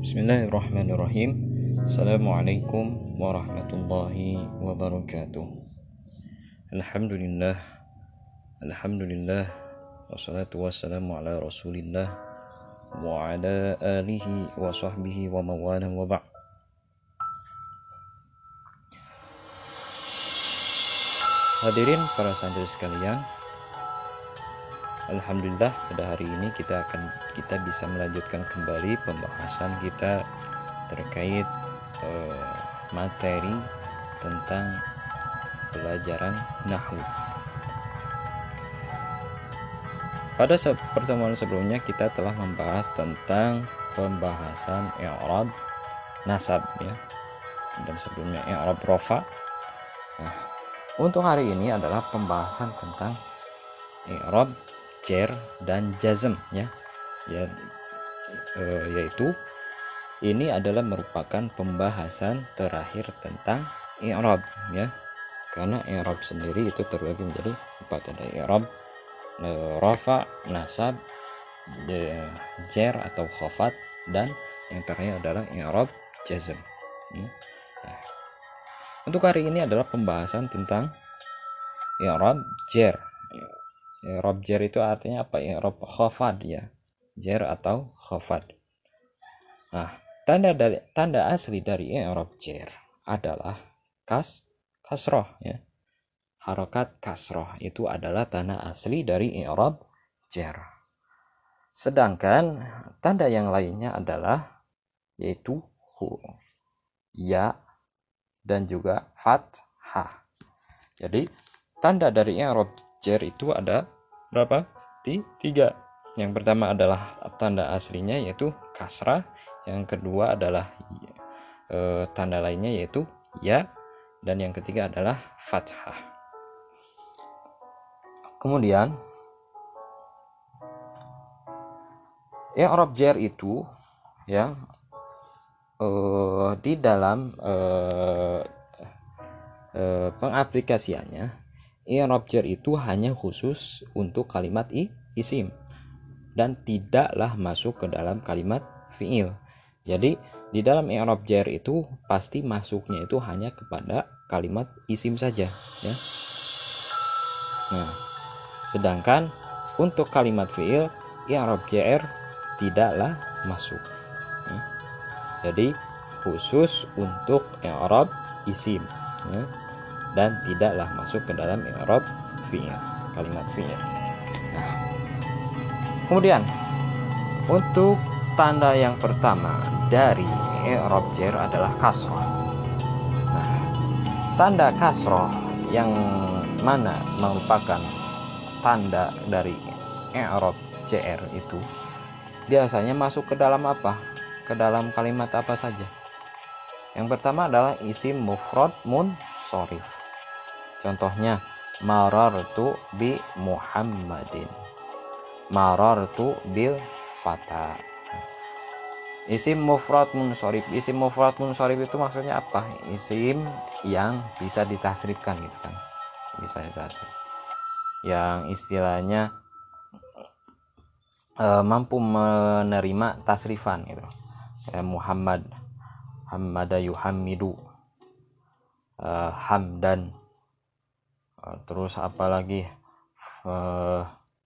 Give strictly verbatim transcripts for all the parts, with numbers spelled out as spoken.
Bismillahirrahmanirrahim. Assalamualaikum warahmatullahi wabarakatuh. Alhamdulillah, Alhamdulillah, wassalatu wassalamu ala rasulillah wa ala alihi wa sahbihi wa mawalah wa ba'. Hadirin para santri sekalian, alhamdulillah pada hari ini kita akan kita bisa melanjutkan kembali pembahasan kita terkait eh, materi tentang pelajaran nahwu. Pada se- pertemuan sebelumnya kita telah membahas tentang pembahasan i'rab nasab ya. Dan sebelumnya i'rab rofa. Nah, untuk hari ini adalah pembahasan tentang i'rab jar dan jazm ya. Ya e, yaitu ini adalah merupakan pembahasan terakhir tentang i'rab ya. Karena i'rab sendiri itu terbagi menjadi empat, ada i'rab e, rafa, nasab, e, jar atau khafat, dan yang terakhir adalah i'rab jazm. Ya. Nah, untuk hari ini adalah pembahasan tentang i'rab jar. I'rab jar itu artinya apa? I'rab khafad ya. Jar atau khafad. Nah, tanda dari tanda asli dari i'rab jar adalah kas kasroh ya. Harokat kasroh itu adalah tanda asli dari i'rab jar. Sedangkan tanda yang lainnya adalah yaitu hu, ya, dan juga fathah. Jadi tanda dari i'rab jar itu ada berapa? Tiga. Yang pertama adalah tanda aslinya yaitu kasrah. Yang kedua adalah e, tanda lainnya yaitu ya. Dan yang ketiga adalah fathah. Kemudian i'rab jar itu ya e, di dalam e, e, pengaplikasiannya, i'rab jar itu hanya khusus untuk kalimat i, isim dan tidaklah masuk ke dalam kalimat fi'il. Jadi di dalam i'rab jar itu pasti masuknya itu hanya kepada kalimat isim saja ya. Nah, sedangkan untuk kalimat fi'il i'rab jar tidaklah masuk ya. Jadi khusus untuk i'rab isim ya. Dan tidaklah masuk ke dalam i'rab fi'il, kalimat fi'il. Nah, kemudian untuk tanda yang pertama dari i'rab jar adalah kasroh. Nah, tanda kasroh yang mana merupakan tanda dari i'rab jar itu biasanya masuk ke dalam apa? Ke dalam kalimat apa saja? Yang pertama adalah isim mufrad munsharif. Contohnya marartu bi Muhammadin, marartu bil fata. Isim mufrad munsharif. Isim mufrad munsharif itu maksudnya apa? Isim yang bisa ditasrifkan gitu kan. Bisa ditasrif. Yang istilahnya e, mampu menerima tasrifan gitu. E, Muhammad, Hamada yuhammidu, e, hamdan. Terus apalagi uh,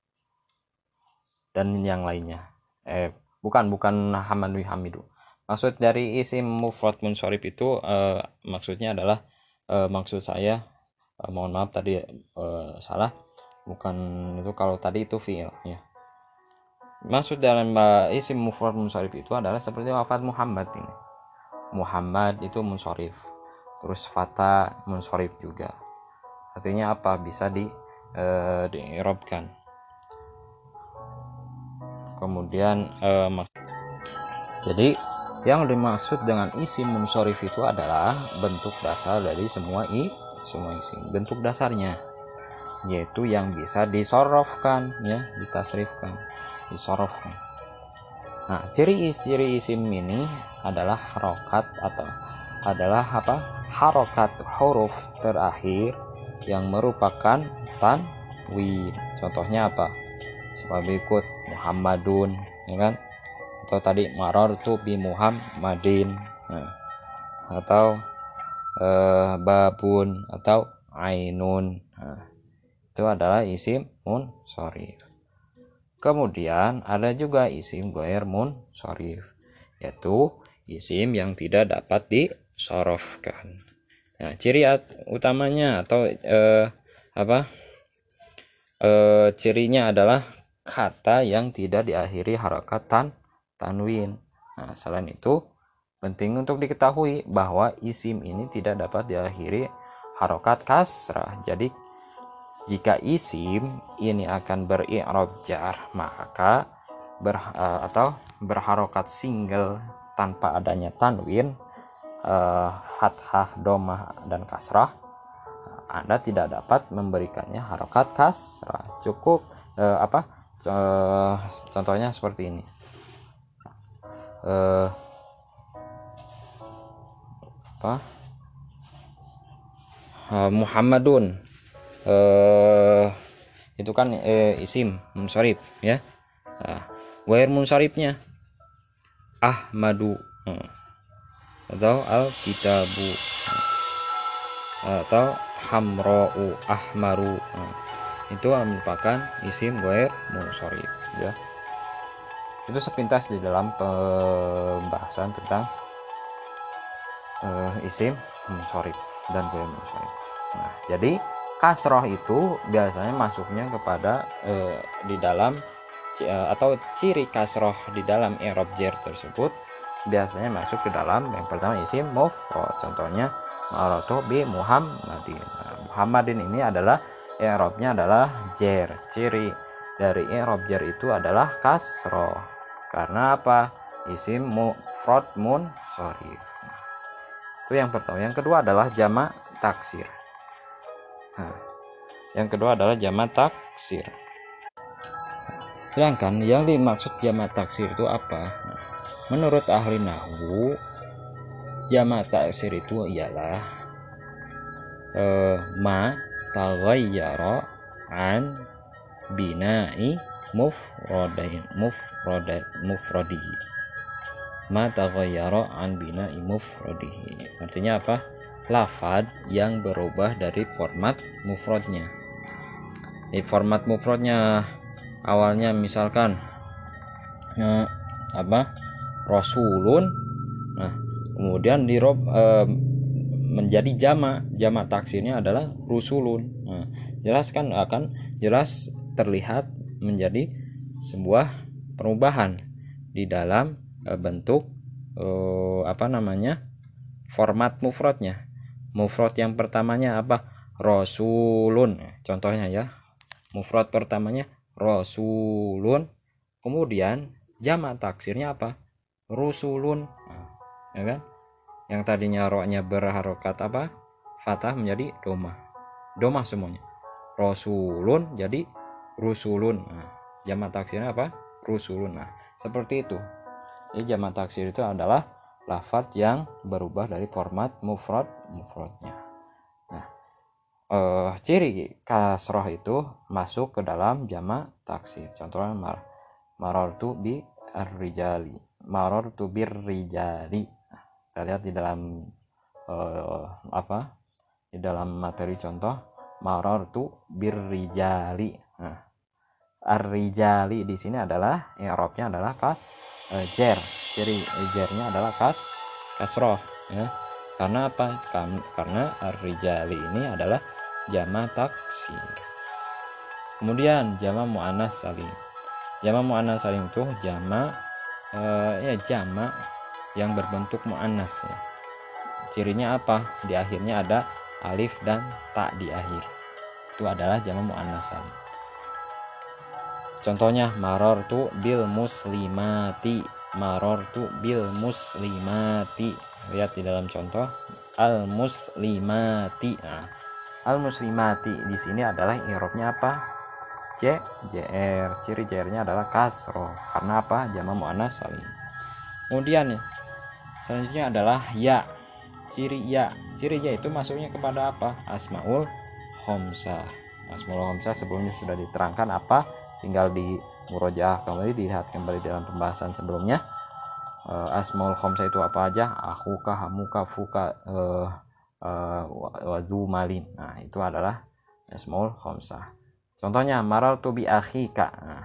dan yang lainnya eh bukan bukan hamadu hamidu. Maksud dari isim mufrad munsharif itu uh, maksudnya adalah uh, maksud saya uh, mohon maaf tadi uh, salah, bukan itu. Kalau tadi itu fi'il ya. Maksud dalam uh, isim mufrad munsharif itu adalah seperti lafaz Muhammad ini. Muhammad itu munsharif. Terus fata munsharif juga. Artinya apa? Bisa di e, di-i'rabkan. Kemudian e, jadi yang dimaksud dengan isim munsharif itu adalah bentuk dasar dari semua i semua isim. Bentuk dasarnya yaitu yang bisa disorofkan ya, ditasrifkan, disorofkan. Nah, ciri-ciri isim ini adalah harokat atau adalah apa? Harokat huruf terakhir yang merupakan tanwin. Contohnya apa? Seperti berikut, Muhammadun ya kan? atau tadi marartu bi Muhammadin, nah, atau eh, babun atau ainun, nah, itu adalah isim munsharif. Kemudian ada juga isim ghair munsharif, yaitu isim yang tidak dapat disorofkan. Nah, ciri utamanya atau eh, apa eh, cirinya adalah kata yang tidak diakhiri harokat tan tanwin. Nah, selain itu penting untuk diketahui bahwa isim ini tidak dapat diakhiri harokat kasrah. Jadi jika isim ini akan beri'rab jar, maka ber, uh, atau berharokat single tanpa adanya tanwin, uh, fathah, domah, dan kasrah, Anda tidak dapat memberikannya harokat kasrah. Cukup uh, apa? Uh, contohnya seperti ini. Uh, apa? Uh, Muhammadun. Uh, itu kan uh, isim munsharif ya. Nah, ghair munsharifnya Ahmadu, hmm. atau al-kitabu, hmm. atau hamra'u, ahmaru, hmm. itu merupakan isim ghair munsharif ya. Itu sepintas di dalam pembahasan tentang uh, isim munsharif dan ghair munsharif. Nah, jadi kasroh itu biasanya masuknya kepada uh, di dalam atau ciri kasroh di dalam i'rab jar tersebut biasanya masuk ke dalam yang pertama isim mufrad. Contohnya marartu bi Muhammadin. Nah, Muhammadin ini adalah i'rabnya adalah jar. Ciri dari i'rab jar itu adalah kasroh. Karena apa? Isim mufrad munsharif. Nah, itu yang pertama. Yang kedua adalah jamak taksir. Nah, yang kedua adalah jamak taksir. Sedangkan yang dimaksud jamak taksir itu apa? Nah, menurut ahli nahwu, jamak taksir itu ialah eh, ma taghayyara an bina'i mufradain mufrada mufradihi. Ma taghayyara an bina'i mufradihi. Artinya apa? Lafaz yang berubah dari format mufradnya. Di format mufradnya awalnya misalkan eh, apa? Rasulun. Nah, kemudian dirob eh, menjadi jamak. Jamak taksirnya adalah rusulun. Nah, jelas kan akan jelas terlihat menjadi sebuah perubahan di dalam eh, bentuk eh, apa namanya? Format mufradnya. Mufrad yang pertamanya apa? Rasulun. Contohnya ya. Mufrad pertamanya Rasulun. Kemudian jamak taksirnya apa? Rusulun. Nah, ya kan? Yang tadinya ro-nya berharokat apa? Fathah menjadi domah. Domah semuanya. Rasulun jadi rusulun. Nah, jamak taksirnya apa? Rusulun. Nah, seperti itu. Jadi jamak taksir itu adalah lafaz yang berubah dari format mufrad mufradnya. Nah, eh, ciri kasroh itu masuk ke dalam jamak taksir. Contohnya mar marartu bi ar-rijali, marartu bir rijali. Nah, kita lihat di dalam eh, apa? Di dalam materi contoh marartu bir rijali. Nah, ar-rijali di sini adalah i'rabnya adalah kas uh, jar. Ciri jarnya adalah kas kasroh ya. Karena apa? Karena ar-rijali ini adalah jamak taksir. Kemudian jamak muannas salim. Jamak muannas salim itu jamak uh, ya jamak yang berbentuk muannas ya. Cirinya apa? Di akhirnya ada alif dan ta di akhir. Itu adalah jamak muannas salim. Contohnya marartu bil muslimati, marartu bil muslimati. Lihat di dalam contoh al muslimati. Nah, al muslimati di sini adalah i'rabnya apa? J jr. Ciri jr-nya adalah kasroh. Karena apa? Jamak muannas salim. Kemudian selanjutnya adalah ya. Ciri ya. Ciri ya itu masuknya kepada apa? Asmaul khamsah. Asmaul khamsah sebelumnya sudah diterangkan apa? Tinggal di murojaah kembali, dilihat kembali dalam pembahasan sebelumnya. uh, asmaul khamsah itu apa aja? Akhuka, hamuka, fuka, uh, uh, wadu malin. Nah, itu adalah asmaul khamsah. Contohnya marartu bi akhika. Nah,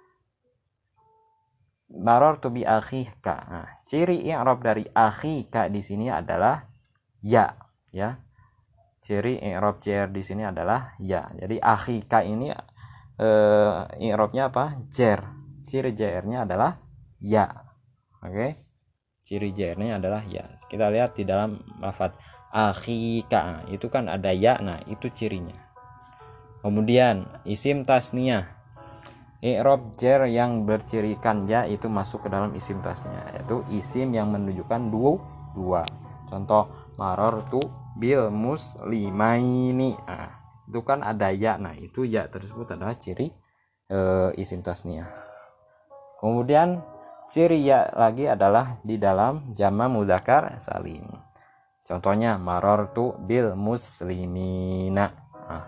marartu bi akhika. Nah, ciri i'rab dari akhika di sini adalah ya, ya. Ciri i'rab jar di sini adalah ya. Jadi akhika ini uh, i'rabnya apa? Jar. Ciri jar-nya adalah ya. Oke. Okay? Ciri jar-nya adalah ya. Kita lihat di dalam lafaz akhika. Itu kan ada ya. Nah, itu cirinya. Kemudian isim tasniyah. I'rab jar yang bercirikan ya itu masuk ke dalam isim tasniyah, yaitu isim yang menunjukkan dua dua. Contoh marartu bil muslimaini. Nah, itu kan ada ya. Nah, itu ya tersebut adalah ciri e, isim tasniyah. Kemudian ciri ya lagi adalah di dalam jama mudzakkar salim. Contohnya marartu bil muslimina. Nah,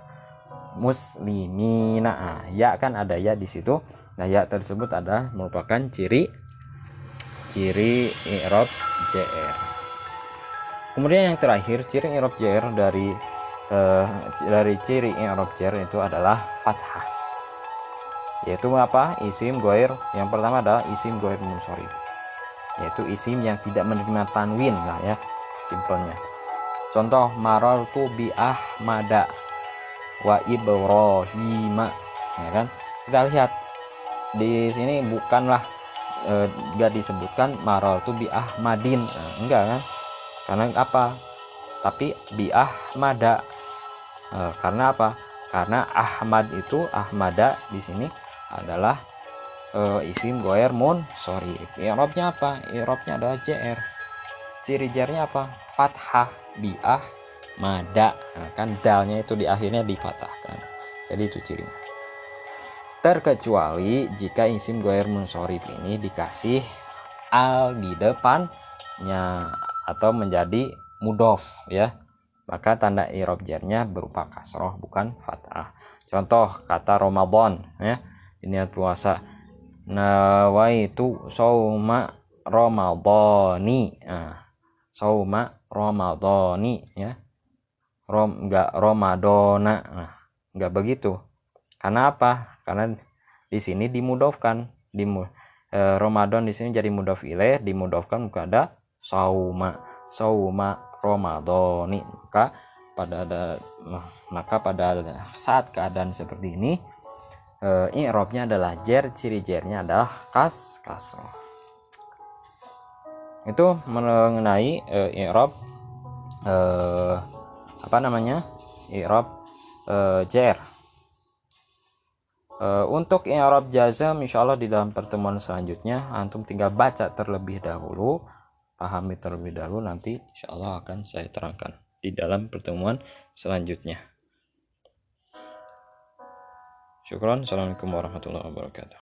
muslimina. Nah, ya kan ada ya di situ. Nah, ya tersebut adalah merupakan ciri ciri i'rab jar. Kemudian yang terakhir, ciri i'rab jar dari uh, dari ciri i'rab jar itu adalah fathah. Yaitu apa? Isim ghair. Yang pertama adalah isim ghair munsharif. Yaitu isim yang tidak menerima tanwin lah ya, simpelnya. Contoh marartu bi ahmada wa ibrahima. Ya kan? Kita lihat di sini bukanlah enggak uh, disebutkan marartu bi ahmadin. Nah, enggak kan? Karena apa? Tapi bi ahmada. E, karena apa? Karena Ahmad itu ahmada di sini adalah e, isim ghair munsharif. I'rabnya apa? I'rabnya adalah jar. Ciri jarnya apa? Fathah bi ahmada. Nah, kan dalnya itu di akhirnya dipatahkan. Jadi itu cirinya. Terkecuali jika isim ghair munsharif ini dikasih al di depannya atau menjadi mudhof ya, maka tanda i'rab jarnya berupa kasroh bukan fathah. Contoh kata Ramadan ya, ini puasa, nawaitu shauma ramadhani. Nah, shauma ramadhani ya, rom enggak ramadona. Nah, enggak begitu. Karena apa? Karena di sini dimudhofkan, di eh, Ramadan di sini jadi mudhof ilaih, dimudhofkan kepada sauma sauma ramadhani. Maka pada ada maka pada saat keadaan seperti ini eh, i'rabnya adalah jar, ciri jarnya adalah kas kasroh. Itu mengenai eh, i'rab eh, apa namanya? I'rab eh, jar. Uh, untuk i'rab jazam insyaallah di dalam pertemuan selanjutnya antum tinggal baca terlebih dahulu, pahami terlebih dahulu, nanti insyaallah akan saya terangkan di dalam pertemuan selanjutnya. Syukran. Assalamualaikum warahmatullahi wabarakatuh.